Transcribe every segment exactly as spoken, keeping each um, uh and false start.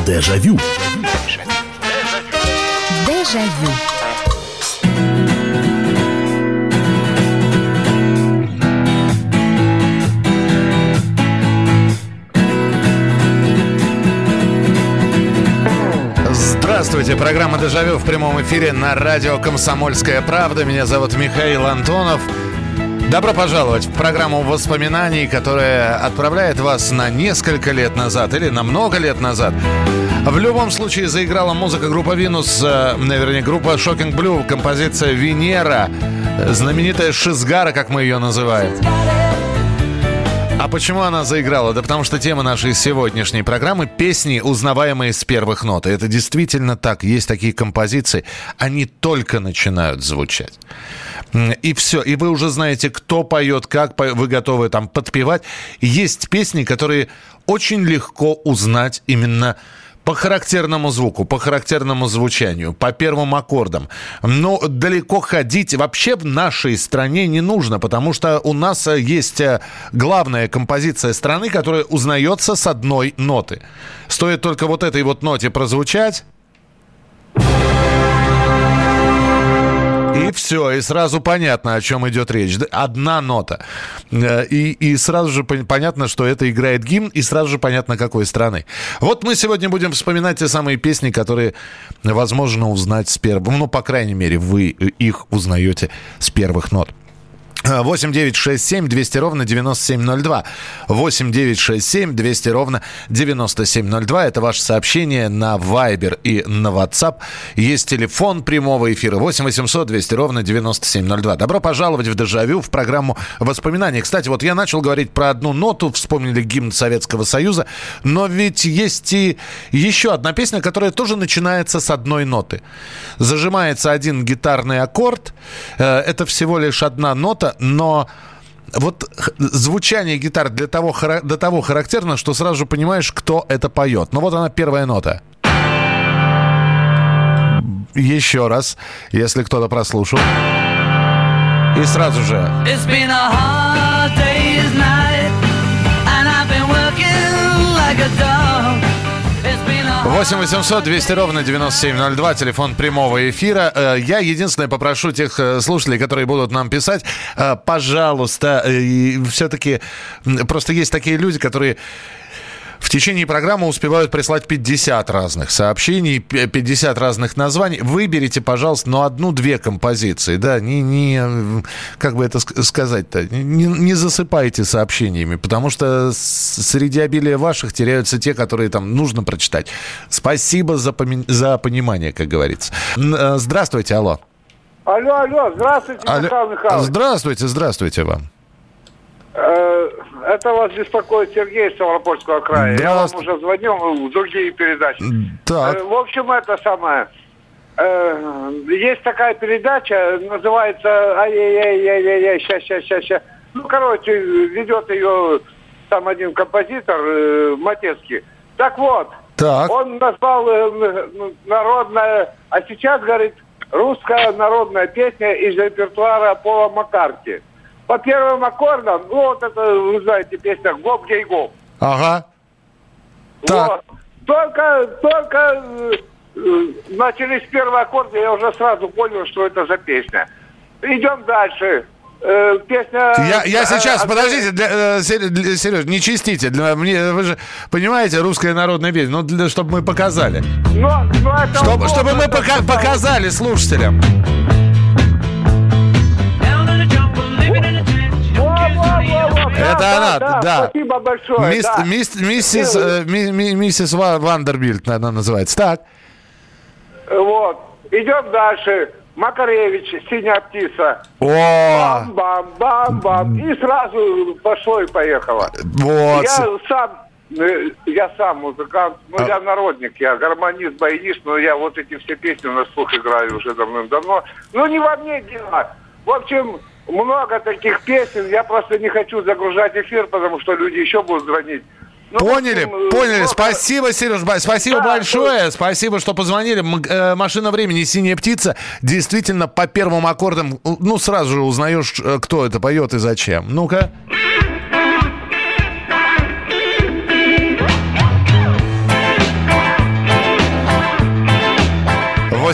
Дежавю. Дежавю. Здравствуйте, программа «Дежавю» в прямом эфире на радио «Комсомольская правда». Меня зовут Михаил Антонов. Добро пожаловать в программу воспоминаний, которая отправляет вас на несколько лет назад или на много лет назад. В любом случае заиграла музыка группы «Винус», вернее, группа Shocking Blue, композиция «Венера», знаменитая «Шизгара», как мы ее называем. А почему она заиграла? Да потому что тема нашей сегодняшней программы — песни, узнаваемые с первых нот. И это действительно так. Есть такие композиции, они только начинают звучать. И все. И вы уже знаете, кто поет, как вы готовы там подпевать. Есть песни, которые очень легко узнать именно по характерному звуку, по характерному звучанию, по первым аккордам. Но далеко ходить вообще в нашей стране не нужно, потому что у нас есть главная композиция страны, которая узнается с одной ноты. Стоит только вот этой вот ноте прозвучать, и все, и сразу понятно, о чем идет речь. Одна нота. И, и сразу же понятно, что это играет гимн, и сразу же понятно, какой страны. Вот мы сегодня будем вспоминать те самые песни, которые возможно узнать с первых... Ну, по крайней мере, вы их узнаете с первых нот. восемь девятьсот шестьдесят семь двести ровно девяносто семь ноль два. восемь девятьсот шестьдесят семь двести ровно девяносто семь ноль два. Это ваше сообщение на Viber и на WhatsApp. Есть телефон прямого эфира восемь восемьсот двести ровно девяносто семь ноль два. Добро пожаловать в «Дежавю», в программу воспоминаний. Кстати, вот я начал говорить про одну ноту, вспомнили гимн Советского Союза, но ведь есть и еще одна песня, которая тоже начинается с одной ноты. Зажимается один гитарный аккорд. Это всего лишь одна нота, но вот звучание гитар для того, до того характерно, что сразу же понимаешь, кто это поет. Ну вот она, первая нота. Еще раз, если кто-то прослушал. И сразу же. восемь восемьсот двести ровно девяносто семь ноль два, телефон прямого эфира. Я единственное попрошу тех слушателей, которые будут нам писать, пожалуйста, все-таки просто есть такие люди, которые в течение программы успевают прислать пятьдесят разных сообщений, пятьдесят разных названий. Выберите, пожалуйста, ну, одну-две композиции. Да, не, не как бы это сказать-то, не, не засыпайте сообщениями, потому что среди обилия ваших теряются те, которые там нужно прочитать. Спасибо за, поми- за понимание, как говорится. Здравствуйте, алло. Алло, алло, здравствуйте, алло. Михаил Михайлович. Здравствуйте, здравствуйте вам. Это вас беспокоит Сергей из Ставропольского края. Я вам уже звонил в другие передачи. Так. В общем, это самое. Есть такая передача, называется «Ай-яй-яй-яй-яй, ща-ща-ща-ща». Ну, короче, ведет ее там один композитор, Матецкий. Так вот, так. Он назвал народная, а сейчас, говорит, русская народная песня из репертуара Пола Маккартни. По первым аккордам, ну, вот это, вы знаете, песня «Гоп, гей, гоп». Ага. Вот. Только, только э, начались первые аккорды, я уже сразу понял, что это за песня. Идем дальше. Э, песня... Я, я сейчас, э, подождите, для, э, Сереж, не чистите. Для, мне, вы же понимаете, русская народная песня, ну, для, чтобы мы показали. Но, но это Чтоб, удобно, чтобы мы это пока, показали слушателям. Это да, она, да, да. Спасибо большое. Мисс, да. мисс, миссис, э, ми, ми, миссис Вандербильт она называется. Так. Вот. Идем дальше. Макаревич, «Синяя птица». О! Бам-бам-бам-бам. И сразу пошло и поехало. Вот. Я сам, я сам музыкант, ну, а... я народник, я гармонист, баянист, но я вот эти все песни на слух играю уже давным-давно. Ну, не во мне дело. В общем, много таких песен. Я просто не хочу загружать эфир, потому что люди еще будут звонить. Ну, поняли, общем, поняли. много... Спасибо, Сереж, спасибо да, большое. Ну... Спасибо, что позвонили. «Машина времени», «Синяя птица». Действительно, по первым аккордам, ну, сразу же узнаешь, кто это поет и зачем. Ну-ка.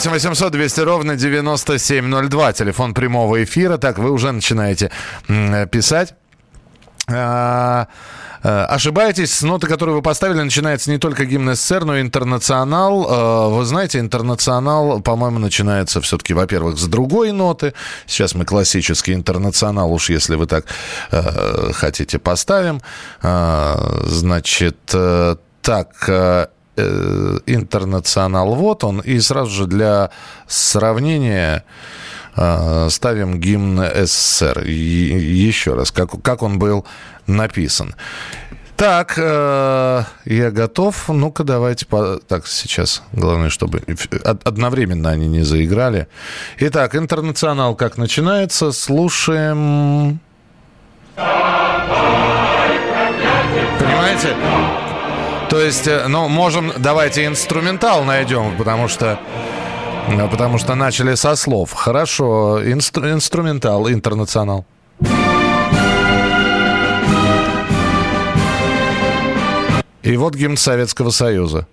восемь восемьсот двести ровно девяносто семь ноль два. Телефон прямого эфира. Так, вы уже начинаете м- писать. А- Ошибаетесь, ноты, которые вы поставили, начинается не только гимн СССР, но и интернационал. Вы знаете, интернационал, по-моему, начинается все-таки, во-первых, с другой ноты. Сейчас мы классический интернационал, уж если вы так э, хотите, поставим. Э, значит, э, так... Э, интернационал, вот он. И сразу же для сравнения э, ставим гимн СССР. И, еще раз, как, как он был написан. Так, э, я готов. Ну-ка, давайте... По... Так, сейчас. Главное, чтобы одновременно они не заиграли. Итак, интернационал как начинается. Слушаем... Понимаете? То есть, ну, можем... Давайте инструментал найдем, потому что... Потому что начали со слов. Хорошо. Инстру, инструментал, интернационал. И вот гимн Советского Союза.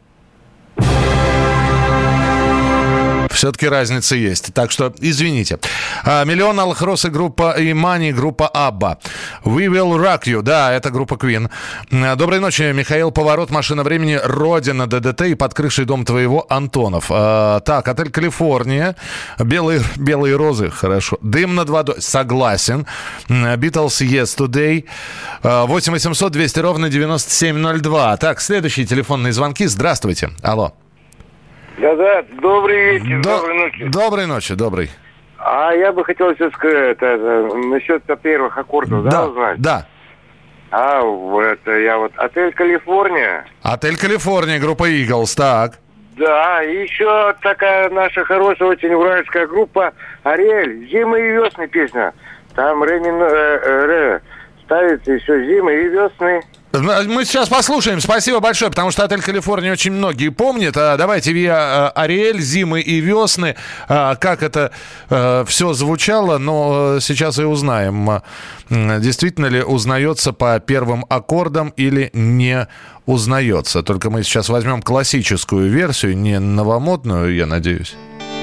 Все-таки разница есть. Так что, извините. А, «Миллион алых роз» и группа «Имани», группа «Абба». «We will rock you». Да, это группа Queen. Доброй ночи, Михаил. «Поворот», «Машина времени», «Родина», «ДДТ» и «Под крышей дом твоего», Антонов. А, так, «Отель Калифорния», «Белые, белые розы», хорошо. «Дым над водой», согласен. «Beatles», «Yesterday». восемь восемьсот двести ровно девяносто семь ноль два. Так, следующие телефонные звонки. Здравствуйте. Алло. Да-да, добрый вечер, До... доброй ночи. Доброй ночи, добрый. А я бы хотел сейчас сказать, это, это, насчет первых аккордов, да, да, узнать? Да, А, это я вот, «Отель Калифорния». «Отель Калифорния», группа Eagles, так. Да, и еще такая наша хорошая, очень уральская группа «Ариэль», «Зимы и весны» песня. Там Ремин, э, э, ставится еще «Зимы и весны». Мы сейчас послушаем. Спасибо большое, потому что «Отель Калифорния» очень многие помнят. Давайте виа «Ариэль», «Зимы и весны». Как это все звучало, но сейчас и узнаем. Действительно ли узнается по первым аккордам или не узнается. Только мы сейчас возьмем классическую версию, не новомодную, я надеюсь.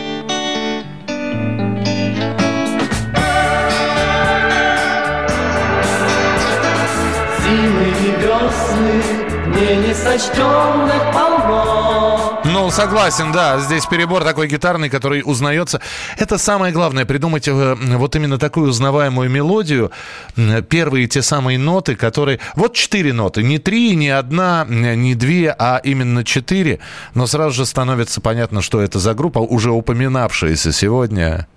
Несочтенных полно. Ну, согласен, да. Здесь перебор такой гитарный, который узнается. Это самое главное, придумать э, вот именно такую узнаваемую мелодию. Первые те самые ноты, которые... Вот четыре ноты. Не три, не одна, не две, а именно четыре. Но сразу же становится понятно, что это за группа, уже упоминавшаяся сегодня.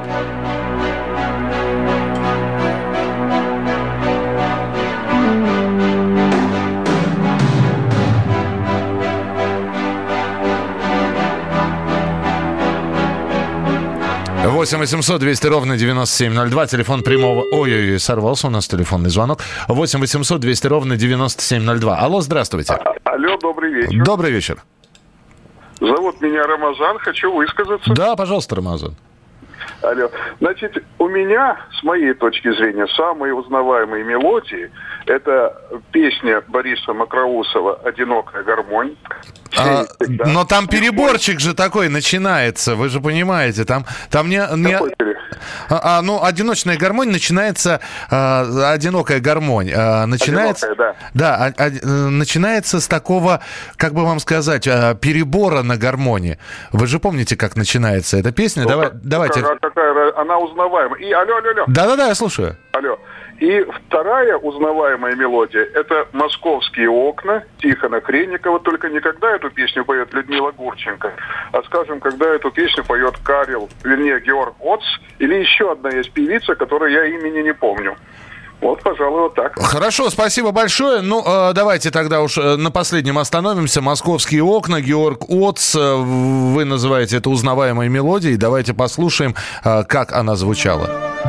восемь восемьсот двести ровно девяносто семь ноль два. Телефон прямого... Ой-ой-ой, сорвался у нас телефонный звонок. восемь восемьсот двести ровно девяносто семь ноль два. Алло, здравствуйте. Алло, добрый вечер. Добрый вечер. Зовут меня Рамазан, хочу высказаться. Да, пожалуйста, Рамазан. Алло. Значит, у меня, с моей точки зрения, самые узнаваемые мелодии — это песня Бориса Мокроусова «Одинокая гармонь». А, но там переборчик же такой начинается, вы же понимаете, там, там не... не... А, а, ну, «Одиночная гармонь» начинается, а, «Одинокая гармонь» а, начинается... Одинокая, да. Да, а, а, начинается с такого, как бы вам сказать, а, перебора на гармонии. Вы же помните, как начинается эта песня? Ну, Давай, как, давайте... Какая, какая, она узнаваема. И алло, алло, алло. Да-да-да, я слушаю. Алло. И вторая узнаваемая мелодия — это «Московские окна» Тихона Хренникова. Только не когда эту песню поет Людмила Гурченко, а, скажем, когда эту песню поет Карел, вернее, Георг Оц, или еще одна есть певица, которой я имени не помню. Вот, пожалуй, вот так. Хорошо, спасибо большое. Ну, э, давайте тогда уж на последнем остановимся. «Московские окна», Георг Оц. Вы называете это узнаваемой мелодией. Давайте послушаем, э, как она звучала.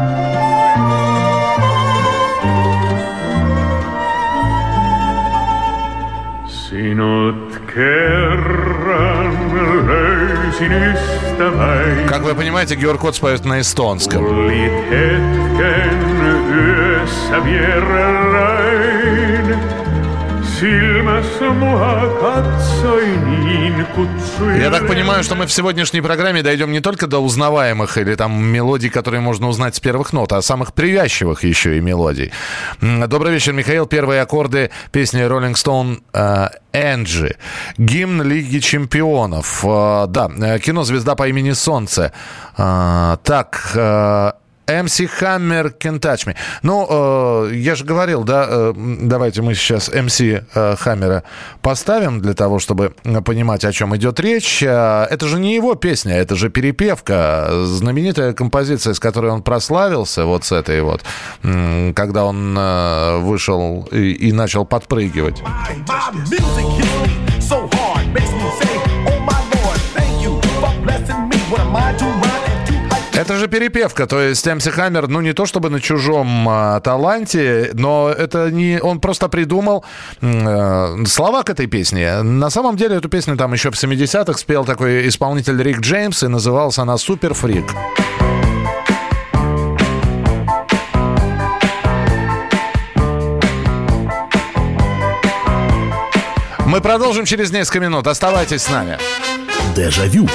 Как вы понимаете, Георг Оц поет на эстонском. Я так понимаю, что мы в сегодняшней программе дойдем не только до узнаваемых или там мелодий, которые можно узнать с первых нот, а самых привязчивых еще и мелодий. Добрый вечер, Михаил. Первые аккорды песни Rolling Stone «Энджи». Гимн Лиги Чемпионов. Да, кино «Звезда по имени Солнце». Так... эм си Hammer Can't Touch Me. Ну, э, я же говорил, да, э, давайте мы сейчас эм си э, Hammer поставим для того, чтобы понимать, о чем идет речь. Э, это же не его песня, это же перепевка. Знаменитая композиция, с которой он прославился, вот с этой вот, э, когда он э, вышел и, и начал подпрыгивать. Это же перепевка, то есть эм си Hammer, ну, не то чтобы на чужом а, таланте, но это не... Он просто придумал э, слова к этой песне. На самом деле эту песню там еще в семидесятых спел такой исполнитель Рик Джеймс, и называлась она «Суперфрик». Мы продолжим через несколько минут. Оставайтесь с нами. Дежавю.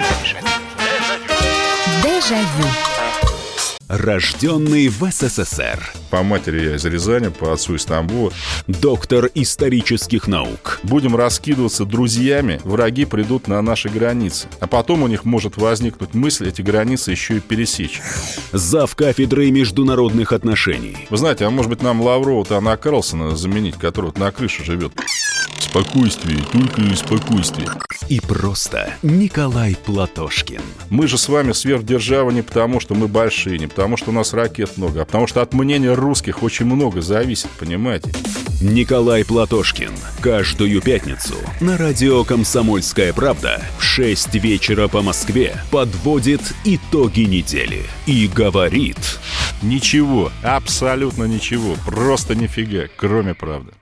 Дежавю. Рожденный в эс эс эс эр. По матери я из Рязани, по отцу из Тамбова. Доктор исторических наук. Будем раскидываться друзьями, враги придут на наши границы. А потом у них может возникнуть мысль эти границы еще и пересечь. Зав. Кафедрой международных отношений. Вы знаете, а может быть нам Лаврова-то Анна Карлсона заменить, который вот на крыше живет? Спокойствие, только спокойствие. И просто Николай Платошкин. Мы же с вами сверхдержава не потому, что мы большие, не потому, что у нас ракет много, а потому что от мнения русских очень много зависит, понимаете? Николай Платошкин. Каждую пятницу на радио «Комсомольская правда» в шесть вечера по Москве подводит итоги недели и говорит... Ничего, абсолютно ничего, просто нифига, кроме правды.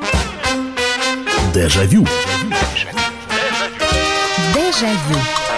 Дежавю. Дежавю.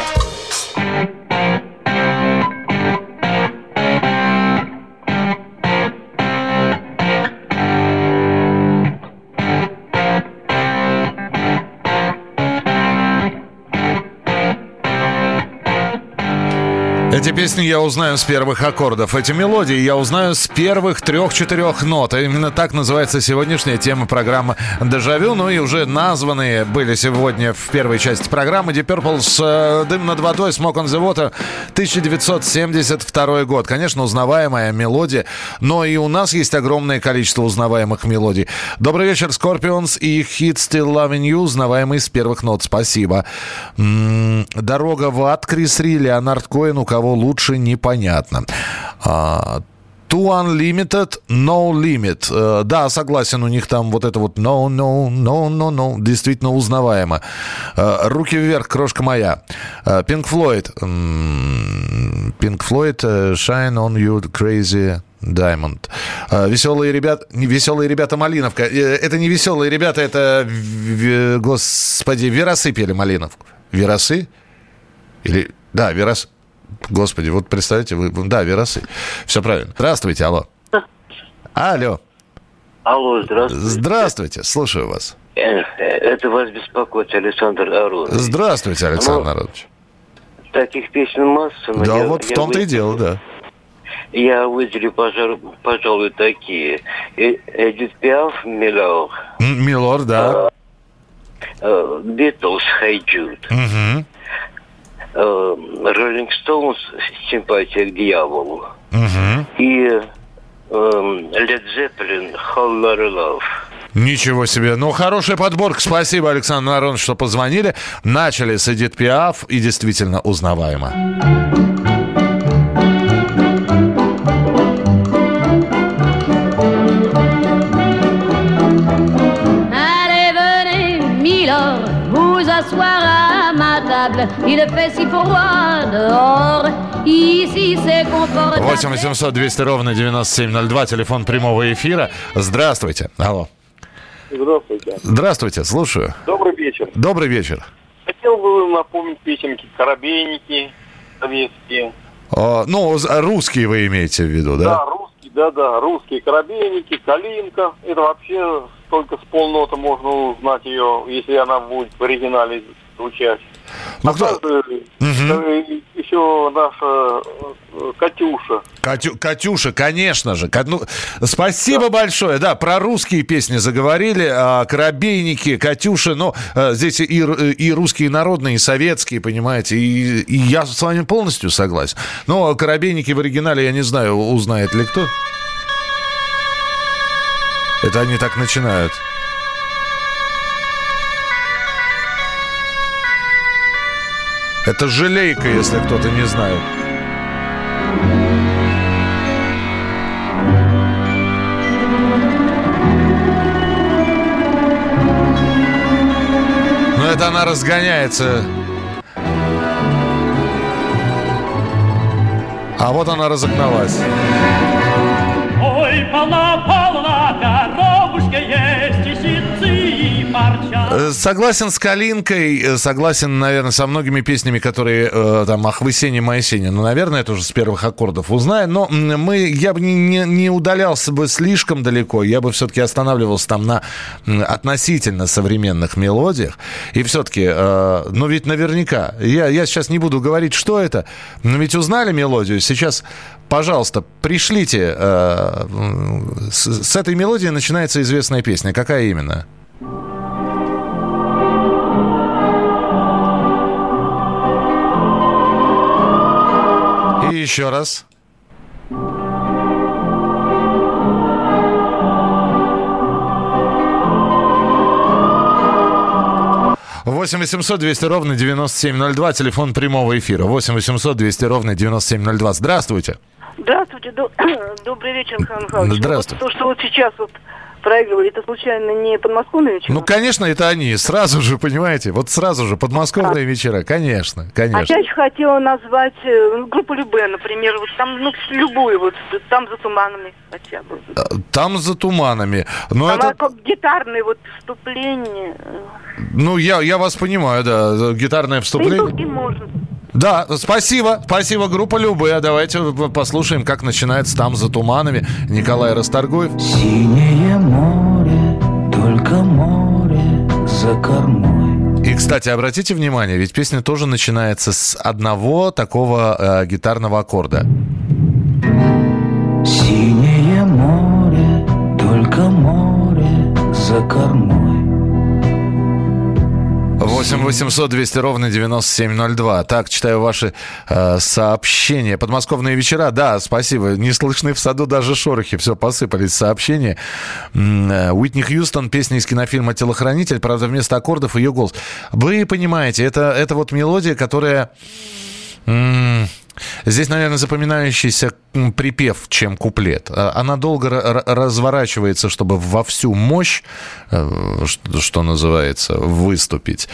Эти песни я узнаю с первых аккордов. Эти мелодии я узнаю с первых трех-четырех нот. Именно так называется сегодняшняя тема программы «Дежавю». Ну и уже названные были сегодня в первой части программы Deep Purple с «Дым над водой», «Smoke on the Water», тысяча девятьсот семьдесят второй год. Конечно, узнаваемая мелодия, но и у нас есть огромное количество узнаваемых мелодий. Добрый вечер, Scorpions и хит «Still Loving You», узнаваемый с первых нот. Спасибо. М-м, «Дорога в ад», Крис Ри, Леонард Коэн, у кого лучше, непонятно. Uh, Too Unlimited, No Limit. Uh, да, согласен, у них там вот это вот No, No, No, No, No. Действительно узнаваемо. Uh, «Руки вверх, крошка моя». Uh, Pink Floyd. Um, Pink Floyd, uh, Shine on You, Crazy Diamond. Uh, веселые ребята... Веселые ребята Малиновка. Uh, это не веселые ребята, это... В, господи, Верасы пели Малиновку. Верасы? Или... Да, Верасы. Господи, вот представьте, вы... Да, Верасы. Все правильно. Здравствуйте, алло. Алло. Алло, здравствуйте. Здравствуйте, слушаю вас. Это вас беспокоит Александр Аронович. Здравствуйте, Александр ну, Аронович. Таких песен масса. Да, я, вот в я том-то вы... и дело, да. Я выделю, пожалуй, пожалуй такие. Эдит Пиаф, Милор. Милор, да. Битлз, Hey Jude. Угу. Rolling Stones, «Симпатия к дьяволу». Угу. И Led Zeppelin, Whole Lotta Love. Ничего себе. Ну, хорошая подборка. Спасибо, Александр Аронович, что позвонили. Начали с Эдит Пиаф, и действительно узнаваемо. восемь восемьсот двести ровно девяносто семь ноль два, телефон прямого эфира. Здравствуйте. Алло. Здравствуйте. Здравствуйте, слушаю. Добрый вечер. Добрый вечер. Хотел бы вам напомнить песенки «Коробейники» советские. О, ну, русские вы имеете в виду, да? Да, русские, да-да, русские «Коробейники», «Калинка». Это вообще только с полнота можно узнать ее, если она будет в оригинале звучать. Ну, а кто... также, угу. еще наша Катюша. Катю... Катюша, конечно же. Ну, спасибо да. большое. Да, про русские песни заговорили. А, Коробейники, Катюша. Ну, а, здесь и, и русские народные, и советские, понимаете. И, и я с вами полностью согласен. Но Коробейники в оригинале, я не знаю, узнает ли кто. Это они так начинают. Это «Жалейка», если кто-то не знает. Но это она разгоняется. А вот она разогналась. Ой, полна-полна, коробушка есть, и ситцы, и парча. Согласен с Калинкой, согласен, наверное, со многими песнями, которые э, там «Ах, вы сеня, моя сеня». Ну, наверное, это уже с первых аккордов узнаю. Но мы, я бы не, не удалялся бы слишком далеко. Я бы все-таки останавливался там на относительно современных мелодиях. И все-таки, э, ну ведь наверняка, я, я сейчас не буду говорить, что это, но ведь узнали мелодию. Сейчас, пожалуйста, пришлите. Э, с, с этой мелодии начинается известная песня. Какая именно? И еще раз. восемь восемьсот двести ровно девяносто семь ноль два, телефон прямого эфира. восемь восемьсот двести ровно девяносто семь ноль два. Здравствуйте. Здравствуйте. Добрый вечер, Михаил Михайлович. Здравствуйте. Вот то, что вот сейчас вот проигрывали, это случайно не подмосковные вечера? Ну, конечно, это они. Сразу же, понимаете, вот сразу же подмосковные а. вечера. Конечно, конечно. А я еще хотела назвать группу Любэ, например. Вот там, ну, любую, вот там за туманами хотя бы. Там за туманами. Но там это... гитарное вот вступление. Ну, я, я вас понимаю, да. Гитарное вступление. Притулки можно. Да, спасибо. Спасибо, группа Любэ. Давайте послушаем, как начинается «Там за туманами». Николай Расторгуев. Синее море, только море за кормой. И, кстати, обратите внимание, ведь песня тоже начинается с одного такого э, гитарного аккорда. Синее море, только море за кормой. восемь восемьсот двести ровно девяносто семь ноль два. Так, читаю ваши э, сообщения. Подмосковные вечера. Да, спасибо. Не слышны в саду даже шорохи. Все, посыпались сообщения. Уитни Хьюстон, песня из кинофильма «Телохранитель». Правда, вместо аккордов ее голос. Вы понимаете, это, это вот мелодия, которая... М- Здесь, наверное, запоминающийся припев, чем куплет. Она долго р- разворачивается, чтобы во всю мощь, что называется, выступить.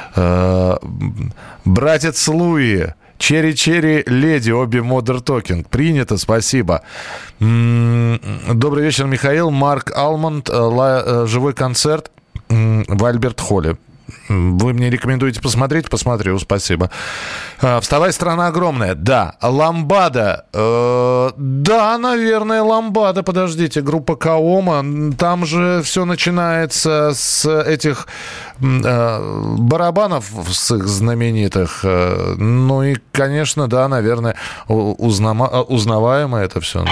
Братец Луи, Черри-черри, леди, обе модер токинг. Принято, спасибо. Добрый вечер, Михаил. Марк Алмонд, живой концерт в Альберт-Холле. Вы мне рекомендуете посмотреть? Посмотрю, спасибо. «Вставай, страна огромная». Да. «Ламбада». Э, да, наверное, «Ламбада». Подождите, группа Каома. Там же все начинается с этих э, барабанов, с их знаменитых. Э, ну и, конечно, да, наверное, узнама- узнаваемо это все.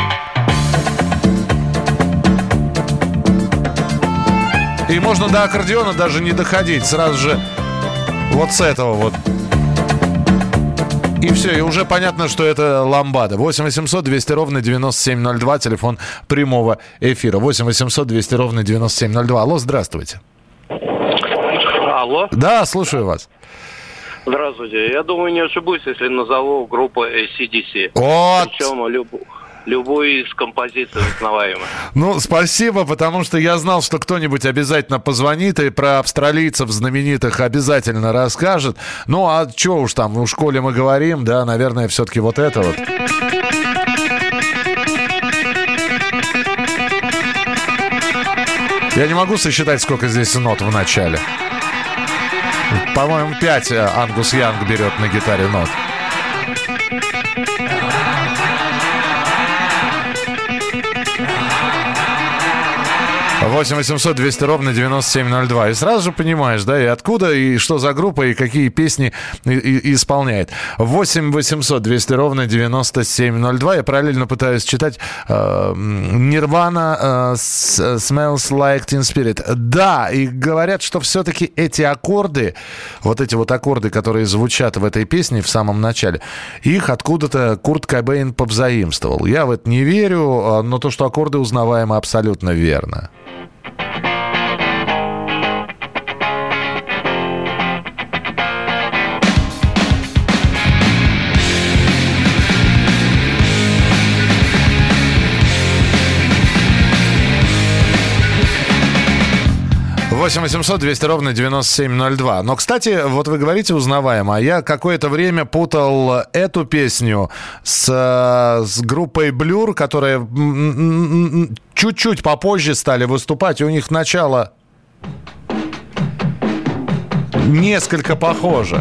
И можно до аккордеона даже не доходить. Сразу же вот с этого вот. И все, и уже понятно, что это «Ламбада». восемь восемьсот двести ровно девяносто семь ноль два, телефон прямого эфира. восемь восемьсот двести ровно девяносто семь ноль два. Алло, здравствуйте. Алло. Да, слушаю вас. Здравствуйте. Я думаю, не ошибусь, если назову группу эй си ди си. Вот. Причем любую. Любую из композиций узнаваемых. Ну, спасибо, потому что я знал, что кто-нибудь обязательно позвонит и про австралийцев знаменитых обязательно расскажет. Ну, а что уж там, в школе мы говорим, да, наверное, все-таки вот это вот. Я не могу сосчитать, сколько здесь нот в начале. По-моему, пять Ангус Янг берет на гитаре нот. восемь восемьсот двести ровно девяносто семь ноль два. И сразу же понимаешь, да, и откуда, и что за группа, и какие песни и, и, исполняет. восемь восемьсот двести ровно девяносто семь ноль два. Я параллельно пытаюсь читать Nirvana, uh, Smells Like Teen Spirit. Да, и говорят, что все-таки эти аккорды, вот эти вот аккорды, которые звучат в этой песне в самом начале, их откуда-то Курт Кобейн повзаимствовал. Я в это не верю, но то, что аккорды узнаваемы, абсолютно верно. восемь восемьсот двести ровно девяносто семь ноль два. Но, кстати, вот вы говорите узнаваемо, а я какое-то время путал эту песню с, с группой Blur, которая чуть-чуть попозже стали выступать, и у них начало несколько похоже.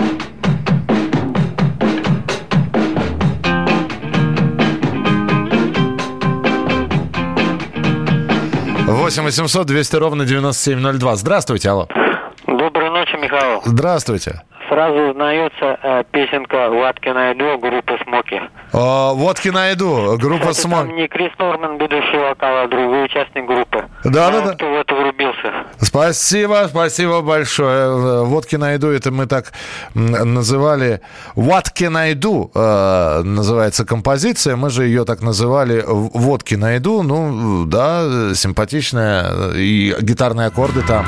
восемь восемьсот двести ровно девяносто семь ноль два. Здравствуйте, алло. Доброй ночи, Михаил. Здравствуйте. Сразу узнается э, песенка «What Can I Do» группы «Смоки». Uh, «What Can I Do» группа «Смоки». Там не Крис Норман, ведущий вокал, а другой участник группы. Да, да, да. Кто в это врубился. Спасибо, спасибо большое. «What Can I Do» это мы так называли. «What Can I Do» э, называется композиция. Мы же ее так называли «What Can I Do». Ну, да, симпатичная. И гитарные аккорды там.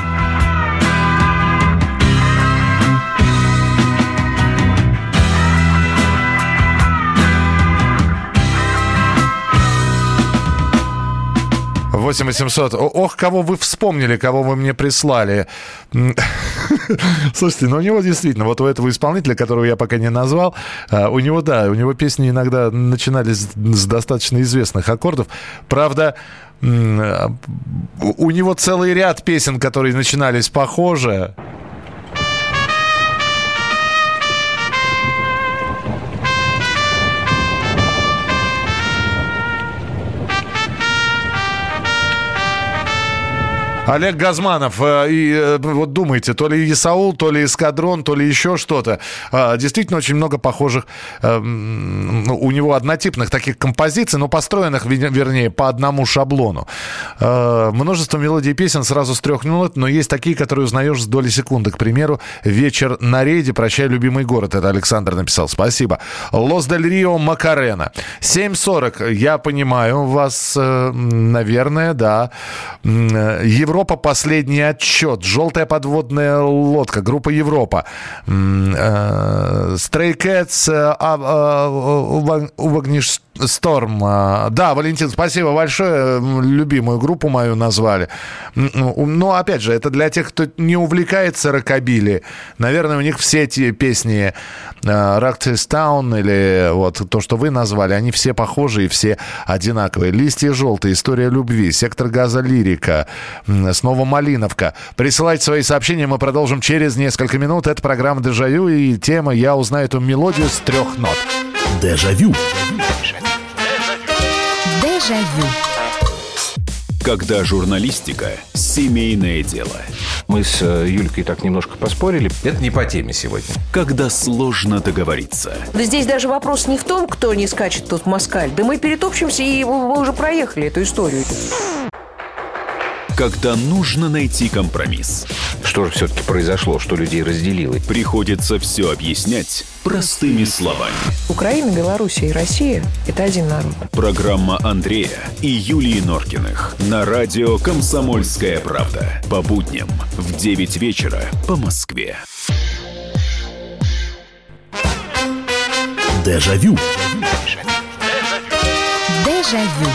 восемь восемьсот. Ох, кого вы вспомнили, кого вы мне прислали. Слушайте, ну у него действительно, вот у этого исполнителя, которого я пока не назвал, у него, да, у него песни иногда начинались с достаточно известных аккордов. Правда, у него целый ряд песен, которые начинались похоже. Олег Газманов, и вот думаете, то ли Исаул, то ли Эскадрон, то ли еще что-то. Действительно, очень много похожих, у него однотипных таких композиций, но построенных, вернее, по одному шаблону. Множество мелодий песен сразу с трех минут, но есть такие, которые узнаешь с доли секунды. К примеру, «Вечер на рейде», «Прощай, любимый город». Это Александр написал. Спасибо. «Лос дель Рио», «Макарена». семь сорок. Я понимаю вас, наверное, да. Европа. Европа, последний отчет. Желтая подводная лодка. Группа Европа. Stray Cats, Uvagnistorm. Да, Валентин, спасибо большое. Любимую группу мою назвали. Но, опять же, это для тех, кто не увлекается рокобили. Наверное, у них все эти песни Rocktist Town или вот то, что вы назвали, они все похожи и все одинаковые. «Листья желтые», «История любви», «Сектор газа», «Лирика», снова «Малиновка». Присылайте свои сообщения, мы продолжим через несколько минут. Это программа «Дежавю» и тема «Я узнаю эту мелодию с трех нот». Дежавю. Дежавю. Когда журналистика – семейное дело. Мы с Юлькой так немножко поспорили. Это не по теме сегодня. Когда сложно договориться. Да здесь даже вопрос не в том, кто не скачет тут москаль. Да мы перетопчемся, и мы уже проехали эту историю. Когда нужно найти компромисс. Что же все-таки произошло, что людей разделило? Приходится все объяснять простыми словами. Украина, Белоруссия и Россия – это один народ. Программа Андрея и Юлии Норкиных на радио «Комсомольская правда». По будням в девять вечера по Москве. Дежавю. Дежавю.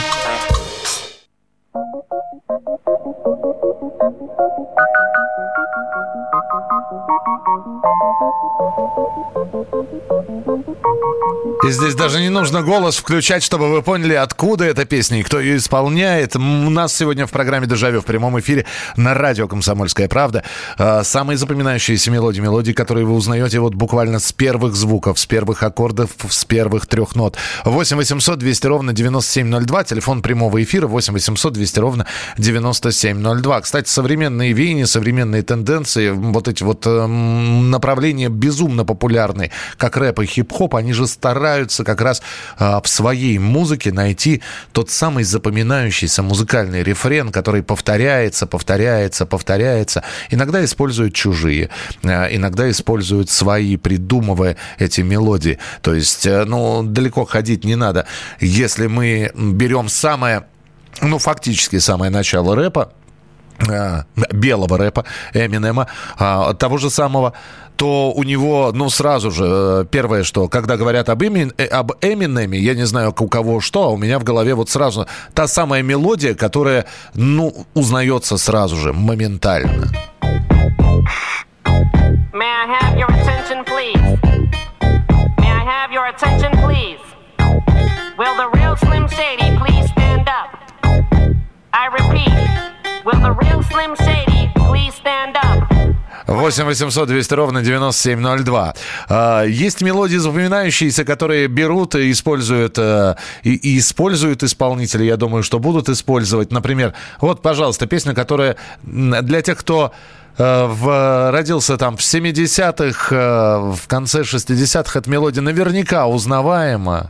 И здесь даже не нужно голос включать, чтобы вы поняли, откуда эта песня и кто ее исполняет. У нас сегодня в программе «Дежавю» в прямом эфире на радио «Комсомольская правда» самые запоминающиеся мелодии. Мелодии, которые вы узнаете вот буквально с первых звуков, с первых аккордов, с первых трех нот. восемь восемьсот двести ровно девяносто семь ноль два. Телефон прямого эфира восемь восемьсот двести ровно девяносто семь ноль два. Кстати, современные веяния, современные тенденции, вот эти вот э, направления безумно популярные, как рэп и хип-хоп, они же стараются как раз а, в своей музыке найти тот самый запоминающийся музыкальный рефрен, который повторяется, повторяется, повторяется. Иногда используют чужие, а, иногда используют свои, придумывая эти мелодии. То есть, ну, далеко ходить не надо. Если мы берем самое, ну, фактически самое начало рэпа, белого рэпа, Эминема, того же самого, то у него, ну, сразу же, первое, что, когда говорят об, Эмин, об Эминеме, я не знаю, у кого что, а у меня в голове вот сразу та самая мелодия, которая, ну, узнается сразу же, моментально. May I have your attention, please? May I have your attention, please? Will the real Slim Shady please stand up? I repeat. Will the real Slim Shady please stand up? восемь восемьсот двести ровно девяносто семь ноль два. Есть мелодии запоминающиеся, которые берут и используют, и, и используют исполнители, я думаю, что будут использовать. Например, вот, пожалуйста, песня, которая для тех, кто в, родился там в семидесятых, в конце шестидесятых, эта мелодия наверняка узнаваема.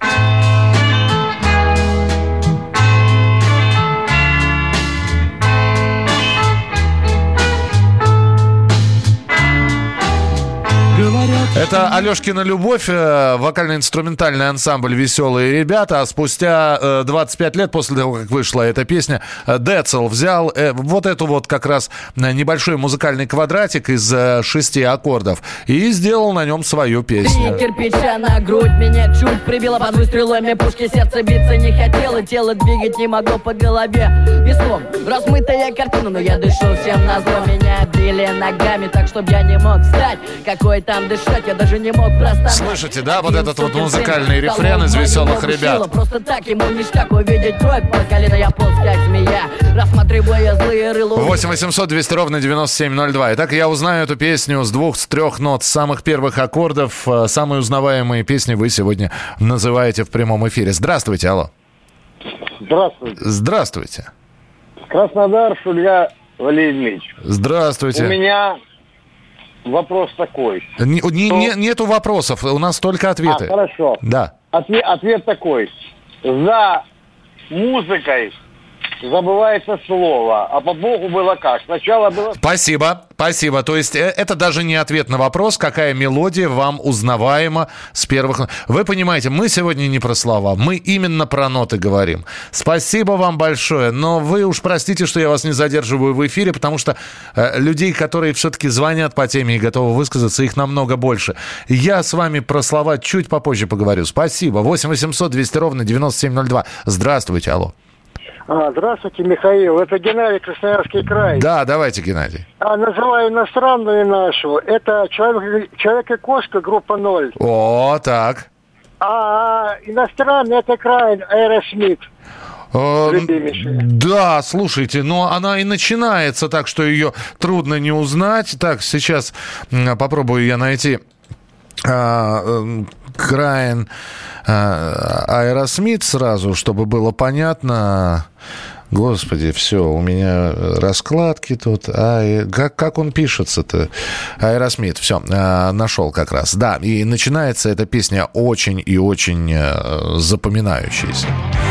Это Алешкина «Любовь», вокально-инструментальный ансамбль «Веселые ребята». А спустя двадцать пять лет после того, как вышла эта песня, Децл взял вот эту вот как раз небольшой музыкальный квадратик из шести аккордов и сделал на нем свою песню. Три кирпича на грудь меня чуть прибило под выстрелами пушки. Сердце биться не хотело, тело двигать не могло по голове. Веслом размытая картина, но я дышу всем назло. Меня били ногами так, чтоб я не мог встать. Какой там дышать, я даже не мог простонать. Слышите, да, вот этот вот музыкальный рефрен из «Веселых ребят». Просто так ему ништяк увидеть кровь по колено, я полз как змея, рассматривая злые рыло. восемь восемьсот двести ровно девяносто семь ноль два. Итак, я узнаю эту песню с двух, с трех нот, с самых первых аккордов. Самые узнаваемые песни вы сегодня называете в прямом эфире. Здравствуйте, алло. Здравствуйте. Здравствуйте. Краснодар, Шульга, Валерий Дмитриевич. Здравствуйте. У меня вопрос такой. Не, что... не, нету вопросов, у нас только ответы. А, хорошо. Да. Ответ, ответ такой. За музыкой забывается слово. А по Богу было как? Сначала было... Спасибо, спасибо. То есть это даже не ответ на вопрос, какая мелодия вам узнаваема с первых... Вы понимаете, мы сегодня не про слова, мы именно про ноты говорим. Спасибо вам большое, но вы уж простите, что я вас не задерживаю в эфире, потому что э, людей, которые все-таки звонят по теме и готовы высказаться, их намного больше. Я с вами про слова чуть попозже поговорю. Спасибо. восемь восемьсот двести ровно девяносто семь ноль два. Здравствуйте, алло. А, здравствуйте, Михаил. Это Геннадий, Красноярский край. Да, давайте, Геннадий. А, называю иностранную нашу. Это «Человек, человек и кошка», группа «Ноль». О, так. А, а иностранная — это край Аэросмит. Да, слушайте, но она и начинается так, что ее трудно не узнать. Так, сейчас попробую я найти... Крайн Аэросмит сразу, чтобы было понятно. Господи, все, у меня раскладки тут. А, как, как он пишется-то? Аэросмит, все, нашел как раз. Да, и начинается эта песня очень и очень запоминающаяся.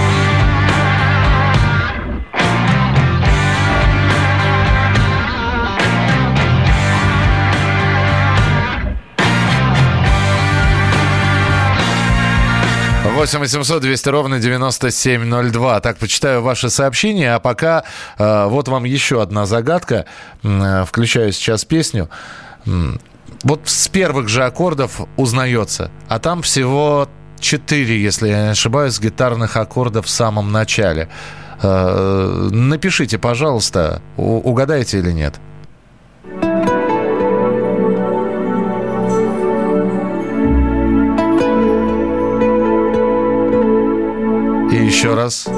восемь восемьсот двести ровно девяносто семь ноль два. Так, почитаю ваши сообщения, а пока э, вот вам еще одна загадка. Э, включаю сейчас песню. Вот с первых же аккордов узнается, а там всего четыре, если я не ошибаюсь, гитарных аккордов в самом начале. Э, напишите, пожалуйста, у- угадаете или нет. Еще раз.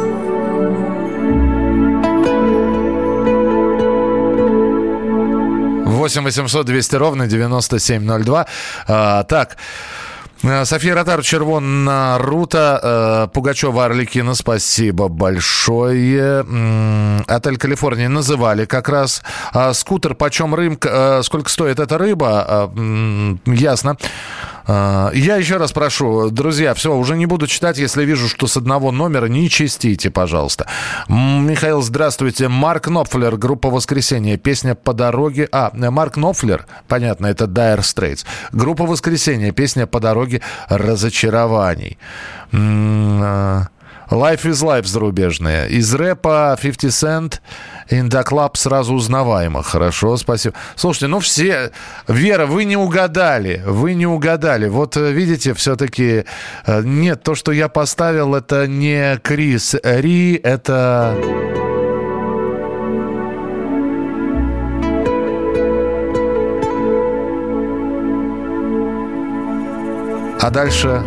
восемь восемьсот двести ровно девяносто семь ноль два. А, так. София Ротару, Червона Рута, э, Пугачева, Арлекина, спасибо большое. М-м, отель Калифорния называли как раз. А, скутер, почем рым, э, сколько стоит эта рыба? А, м-м, ясно. А, я еще раз прошу, друзья, все, уже не буду читать, если вижу, что с одного номера, не чистите, пожалуйста. М- Михаил, здравствуйте. Марк Knopfler, группа «Воскресенье», песня «По дороге». А, Марк Knopfler, понятно, это Dire Straits. Группа «Воскресенье», песня «По дороге разочарований». М- Life is Life зарубежная. Из рэпа фифти Cent, In the Club сразу узнаваемо. Хорошо, спасибо. Слушайте, ну все... Вера, вы не угадали. Вы не угадали. Вот видите, все-таки... Нет, то, что я поставил, это не Крис Ри, это... А дальше...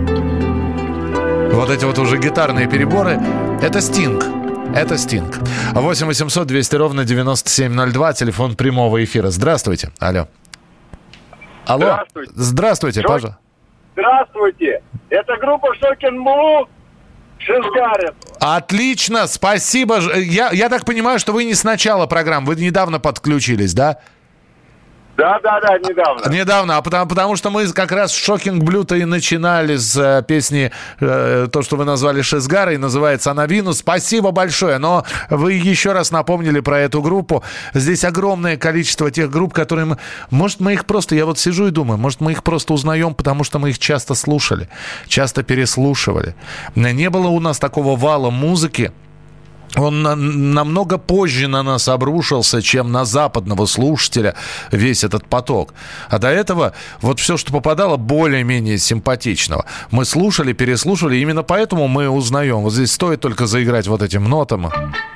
Вот эти вот уже гитарные переборы. Это Стинг. Это Стинг. восемь восемьсот двести ровно девяносто семь ноль два. Телефон прямого эфира. Здравствуйте. Алло. Алло. Здравствуйте. Здравствуйте, Шок... пожалуйста. Здравствуйте. Это группа Шокин Блу. Шизгарин. Отлично, спасибо. Я, я так понимаю, что вы не с начала программы. Вы недавно подключились, да? Да, да, да, недавно. Недавно, а потому, потому что мы как раз Шокинг Блю-то и начинали с э, песни, э, то, что вы назвали Шизгарой, называется она «Винус». Спасибо большое, но вы еще раз напомнили про эту группу. Здесь огромное количество тех групп, которые мы... Может, мы их просто... Я вот сижу и думаю, может, мы их просто узнаем, потому что мы их часто слушали, часто переслушивали. Не было у нас такого вала музыки. Он на, намного позже на нас обрушился, чем на западного слушателя весь этот поток. А до этого вот все, что попадало, более-менее симпатичного. Мы слушали, переслушали, именно поэтому мы узнаем. Вот здесь стоит только заиграть вот этим нотам.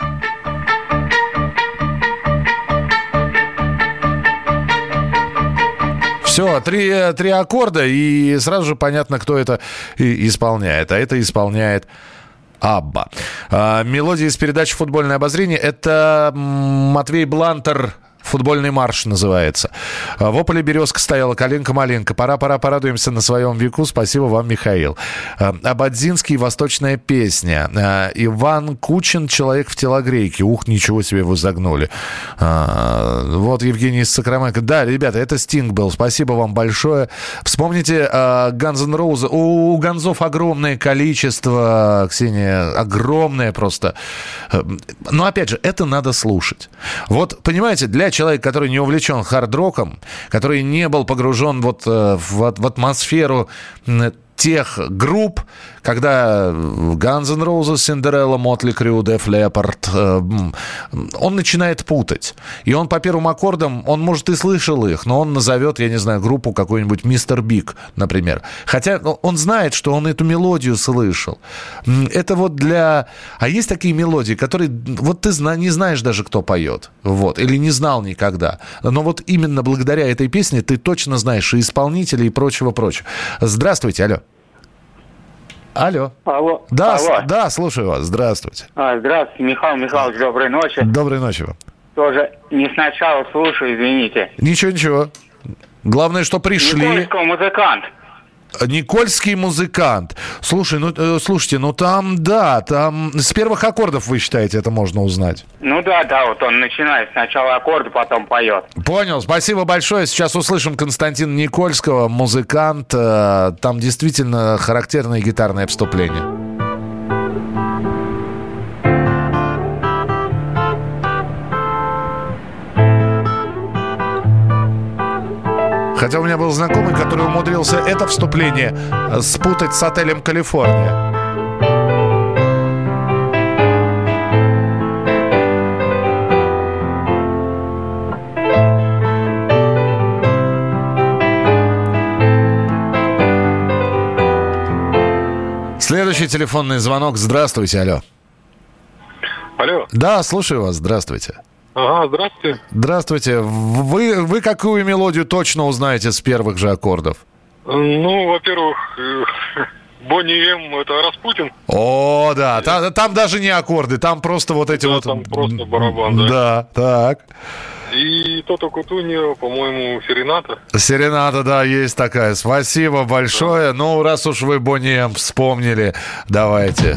Все, три, три аккорда, и сразу же понятно, кто это исполняет. А это исполняет... Абба. А, мелодия из передачи «Футбольное обозрение». Это Матвей Блантер. «Футбольный марш» называется. В ополе березка стояла, коленка-маленька. Пора-пора порадуемся на своем веку. Спасибо вам, Михаил. Ободзинский «Восточная песня». Иван Кучин «Человек в телогрейке». Ух, ничего себе вы загнули. Вот Евгений из Сакраменто. Да, ребята, это Стинг был. Спасибо вам большое. Вспомните Guns N' Roses. У Ганзов огромное количество, Ксения, огромное просто. Но, опять же, это надо слушать. Вот, понимаете, для человек, который не увлечен хард-роком, который не был погружен вот э, в, в атмосферу э, тех групп, когда Guns N' Roses, Cinderella, Motley Crue, Def Leppard, э, он начинает путать. И он по первым аккордам, он, может, и слышал их, но он назовет, я не знаю, группу какой-нибудь Мистер Биг, например. Хотя он знает, что он эту мелодию слышал. Это вот для... А есть такие мелодии, которые... Вот ты зна... не знаешь даже, кто поет. Вот. Или не знал никогда. Но вот именно благодаря этой песне ты точно знаешь и исполнителей, и прочего-прочего. Здравствуйте, алло. Алло. Алло. Да, Алло. С, да, слушаю вас. Здравствуйте. А, здравствуйте, Михаил Михайлович, доброй ночи. Доброй ночи вам. Тоже не сначала слушаю, извините. Ничего, ничего. Главное, что пришли. Никольский музыкант. Никольский музыкант. Слушай, ну, э, слушайте, ну там, да, там с первых аккордов, вы считаете, это можно узнать? Ну да, да, вот он начинает сначала аккорды, потом поет. Понял, спасибо большое. Сейчас услышим Константина Никольского, музыкант. Э, там действительно характерное гитарное вступление. Хотя у меня был знакомый, который умудрился это вступление спутать с отелем «Калифорния». Следующий телефонный звонок. Здравствуйте, алло. Алло. Да, слушаю вас. Здравствуйте. Ага, здравствуйте. Здравствуйте. Вы, вы какую мелодию точно узнаете с первых же аккордов? Ну, во-первых, Бонни М, это Распутин. О, да, там, там даже не аккорды, там просто вот эти Да, вот... там просто барабан, да. Да, так. И Тото Кутуньо, по-моему, Серената. Серената, да, есть такая. Спасибо большое. Ну, раз уж вы Бонни М вспомнили, давайте.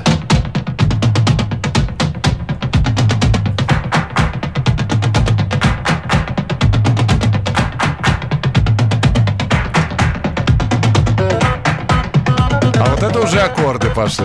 А вот это уже аккорды пошли.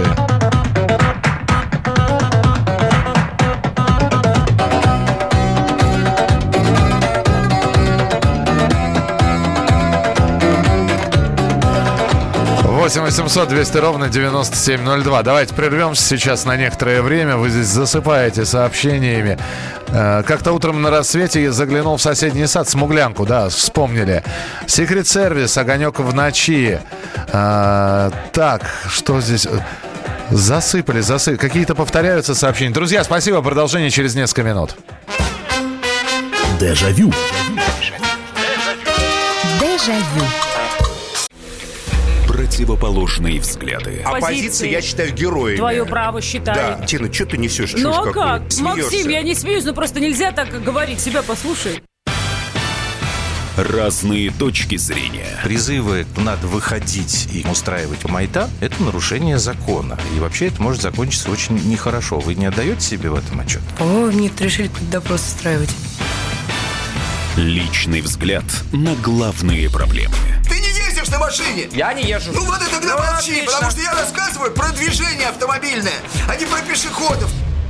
восемь восемьсот двести ровно девяносто семь ноль два. Давайте прервемся сейчас на некоторое время. Вы здесь засыпаете сообщениями. Э, как-то утром на рассвете я заглянул в соседний сад, Смуглянку, да, вспомнили. Secret Service, огонек в ночи. Э, так, что здесь... Засыпали, засыпали. Какие-то повторяются сообщения. Друзья, спасибо. Продолжение через несколько минут. Дежавю. Дежавю. Противоположные взгляды. Оппозиция, я считаю, героями. Твое право считаю. Да, Тина, что ты несешь? Ну а какую? как? Смеешься. Максим, я не смеюсь, но просто нельзя так говорить. Себя послушай. Разные точки зрения. Призывы «надо выходить и устраивать майдан» — это нарушение закона. И вообще это может закончиться очень нехорошо. Вы не отдаете себе в этом отчет? О, нет, решили какой-то допрос устраивать. Личный взгляд на главные проблемы. Ты не ездишь на машине? Я не езжу. Ну вот и тогда Ну, молчи, отлично. потому что я рассказываю про движение автомобильное, а не про пешеходов.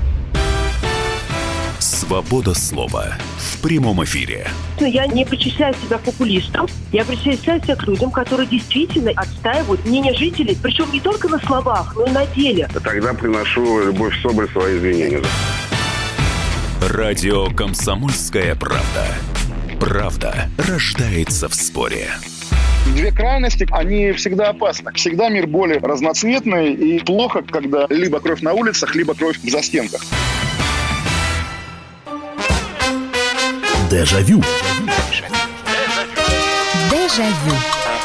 Свобода слова в прямом эфире. Я не причисляю себя к популистам. Я причисляю себя к людям, которые действительно отстаивают мнение жителей, причем не только на словах, но и на деле. Тогда приношу Любовь Соболь свои извинения. Радио «Комсомольская правда». Правда рождается в споре. Две крайности, они всегда опасны. Всегда мир более разноцветный, и плохо, когда либо кровь на улицах, либо кровь в застенках. Дежавю. Дежавю.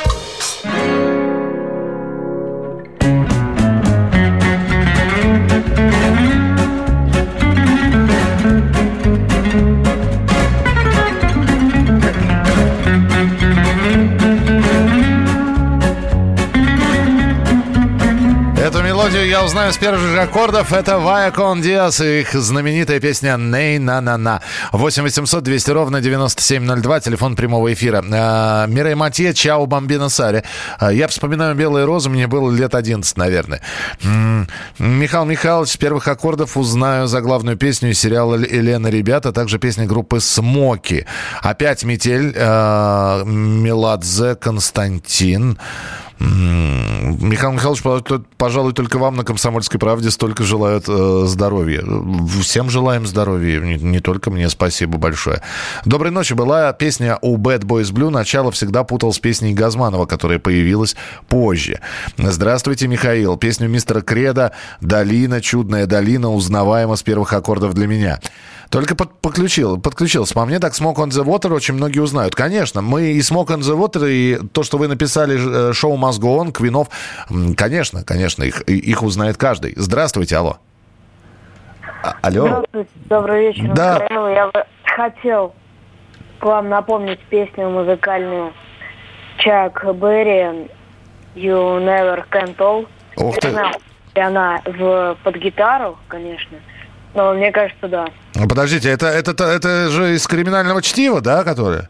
Эту мелодию я узнаю с первых же аккордов. Это Vaya con Dios и их знаменитая песня «Ней на на на». восемь восемьсот двести ровно девяносто семь ноль два, телефон прямого эфира. Мирей Матье, чао, бомбино сари. Я вспоминаю «Белые розы», мне было лет одиннадцать, наверное. Михаил Михайлович, с первых аккордов узнаю заглавную песню из сериала «Елена, ребята», а также песни группы «Смоки». Опять метель, Меладзе, Константин. Михаил Михайлович, пожалуй, только вам на «Комсомольской правде» столько желают э, здоровья. Всем желаем здоровья, не, не только мне. Спасибо большое. Доброй ночи. Была песня у Bad Boys Blue. Начало всегда путал с песней Газманова, которая появилась позже. Здравствуйте, Михаил. Песню мистера Кредо «Долина, чудная долина» узнаваема с первых аккордов для меня. Только под, подключил, подключился. По мне так «Smoke on the Water» очень многие узнают. Конечно, мы и «Smoke on the Water», и то, что вы написали «Show Must Go On», Квинов, конечно, конечно, их, их узнает каждый. Здравствуйте, алло. А, алло. Здравствуйте, добрый вечер. Да. Михаил. Я бы хотел вам напомнить песню музыкальную Чак Берри «You Never Can Tell». Ух ты. И она в, под гитару, конечно. Но мне кажется, да. Подождите, это, это, это, это же из «Криминального чтива», да, которое?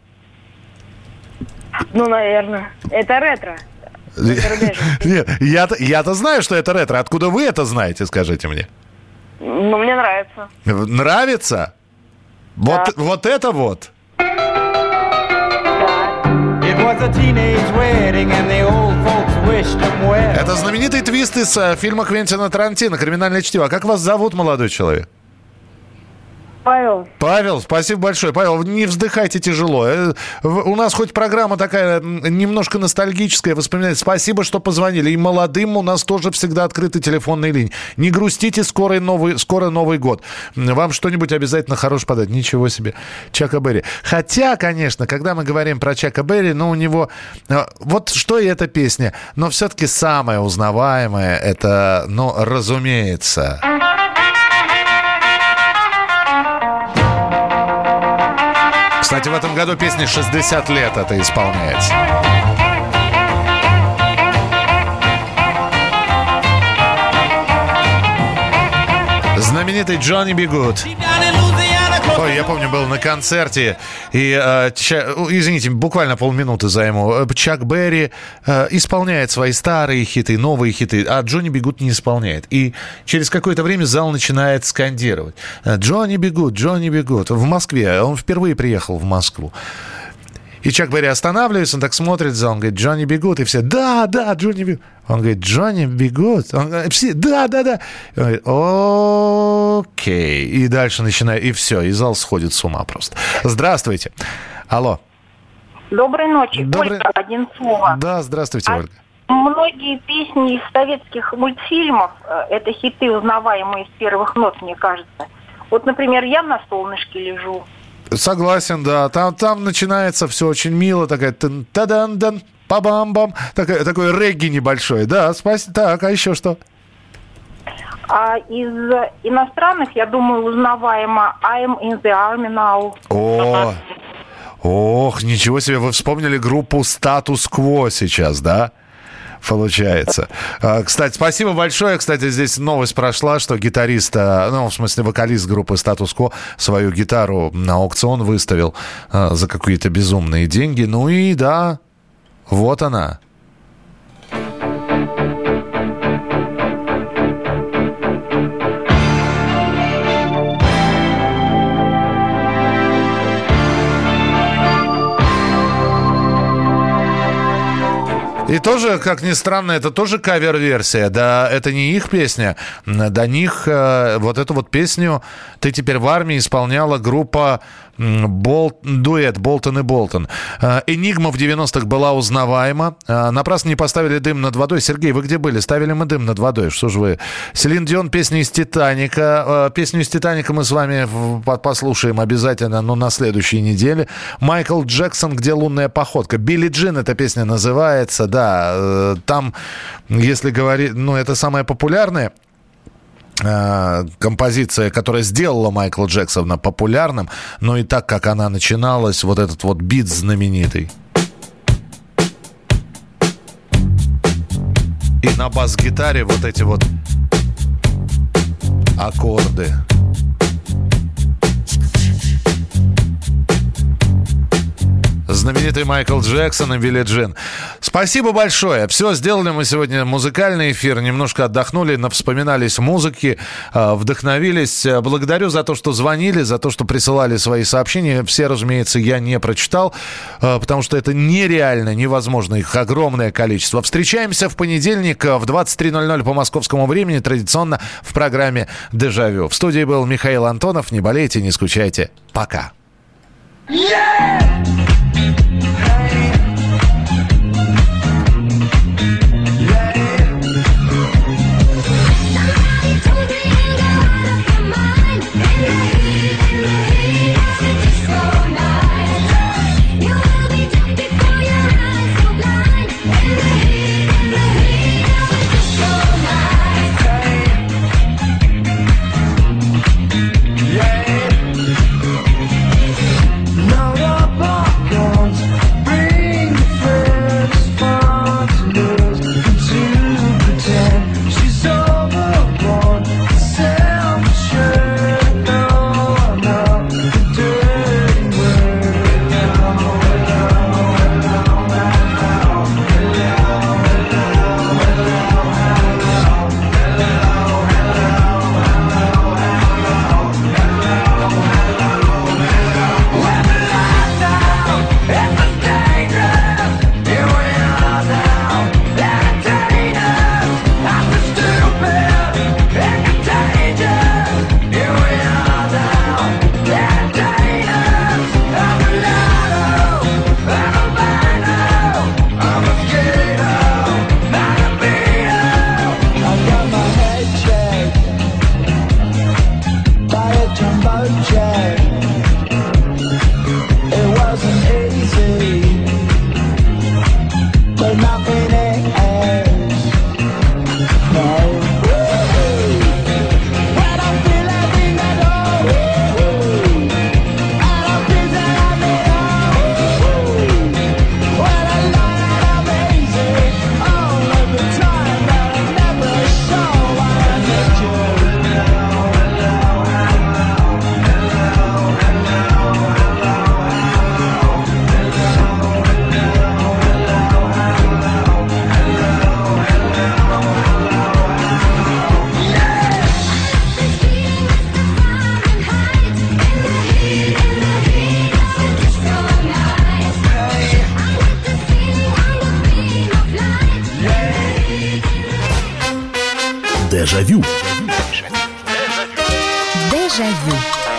Ну, наверное. Это ретро. Нет, я-то, я-то знаю, что это ретро. Откуда вы это знаете, скажите мне? Ну, мне нравится. Нравится? Да. Вот, вот это вот. Это знаменитый твист из э, фильма Квентина Тарантино «Криминальное чтиво». А как вас зовут, молодой человек? Павел. Павел, спасибо большое. Павел, не вздыхайте тяжело. Э, в- У нас хоть программа такая м, немножко ностальгическая, воспоминания. Спасибо, что позвонили. И молодым у нас тоже всегда открыты телефонные линии. Не грустите, скоро Новый, скоро Новый год. Вам что-нибудь обязательно хорошее подать. Ничего себе. Чака Берри. Хотя, конечно, когда мы говорим про Чака Берри, ну, у него... э, Вот что и эта песня. Но все-таки самое узнаваемое, это, ну, разумеется... Кстати, в этом году песне шестьдесят лет это исполняется. Знаменитый Джонни Би Гуд. Ой, я помню, был на концерте, и, э, Ча- извините, буквально полминуты займу. Э, Чак Берри э, исполняет свои старые хиты, новые хиты, а Джонни Би Гуд не исполняет. И через какое-то время зал начинает скандировать. Джонни Би Гуд, Джонни Би Гуд. В Москве, он впервые приехал в Москву. И Чак Берри останавливается, он так смотрит в зал, он говорит, Джонни Би Гуд, и все, да, да, Джонни Би Гуд. Он говорит, Джонни Би Гуд. Он говорит, все, да, да, да. Он говорит, окей. И дальше начинает, и все, и зал сходит с ума просто. Здравствуйте. Алло. Доброй ночи. Доброй- Ольга Одинцова. Да, здравствуйте, А Ольга. Многие песни из советских мультфильмов, э, это хиты, узнаваемые с первых нот, мне кажется. Вот, например, «Я на солнышке лежу». Согласен, да. Там, там начинается все очень мило, такая тан-тадан-дан, па-бам-бам, такой, такой регги небольшой. Да, спасибо. Так, а еще что? А из иностранных, я думаю, узнаваемо «I'm in the army now». О, ох, ничего себе, вы вспомнили группу «Статус-кво» сейчас, да? Получается. А, Кстати, спасибо большое. Кстати, здесь новость прошла, что гитарист, а, ну, в смысле, вокалист группы «Статус-кво» свою гитару на аукцион выставил а, за какие-то безумные деньги. Ну и да, вот она. И тоже, как ни странно, это тоже кавер-версия. Да, это не их песня. До них э, вот эту вот песню «Ты теперь в армии» исполняла группа м, Бол... дуэт «Болтон и Болтон». Э, «Энигма» в девяностых была узнаваема. Э, напрасно не поставили «Дым над водой». Сергей, вы где были? Ставили мы «Дым над водой». Что же вы? Селин Дион, песня из «Титаника». Э, песню из «Титаника» мы с вами в- по- послушаем обязательно, но на следующей неделе. Майкл Джексон «Где лунная походка». Билли Джин эта песня называется, да. э, Там, если говорить, ну, это самая популярная э, композиция, которая сделала Майкла Джексона популярным, но и так, как она начиналась, вот этот вот бит знаменитый. И на бас-гитаре вот эти вот аккорды. Знаменитый Майкл Джексон и Билли Джин. Спасибо большое. Все, сделали мы сегодня музыкальный эфир. Немножко отдохнули, навспоминались музыки, э, вдохновились. Э, Благодарю за то, что звонили, за то, что присылали свои сообщения. Все, разумеется, я не прочитал, э, потому что это нереально, невозможно. Их огромное количество. Встречаемся в понедельник в двадцать три ноль ноль по московскому времени, традиционно в программе «Дежавю». В студии был Михаил Антонов. Не болейте, не скучайте. Пока. No, but nothing else. No. When I'm feeling at all, and I'm busy on me own. When I learn that I'm easy all of the time, but I never show what I need you. Дежавю. Дежавю.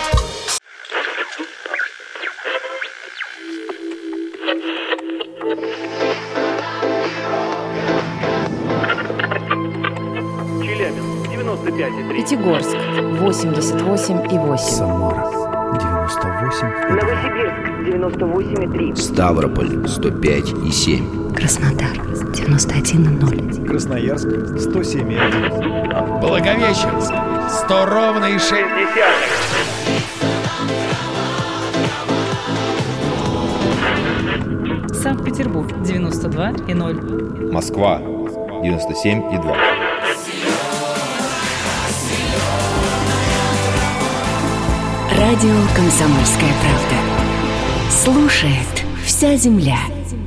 Челябинск, девяносто пять и три. Пятигорск, восемьдесят восемь и восемь. Самара, девяносто восемь. Новосибирск, девяносто восемь и три. Ставрополь, сто пять и семь. Краснодар, девяносто один и ноль. Красноярск, сто семь и один. Благовещенск, сто ровно и шесть десятых. Санкт-Петербург, девяносто два и ноль. Москва, девяносто семь и два. Радио «Комсомольская правда». Слушает вся земля.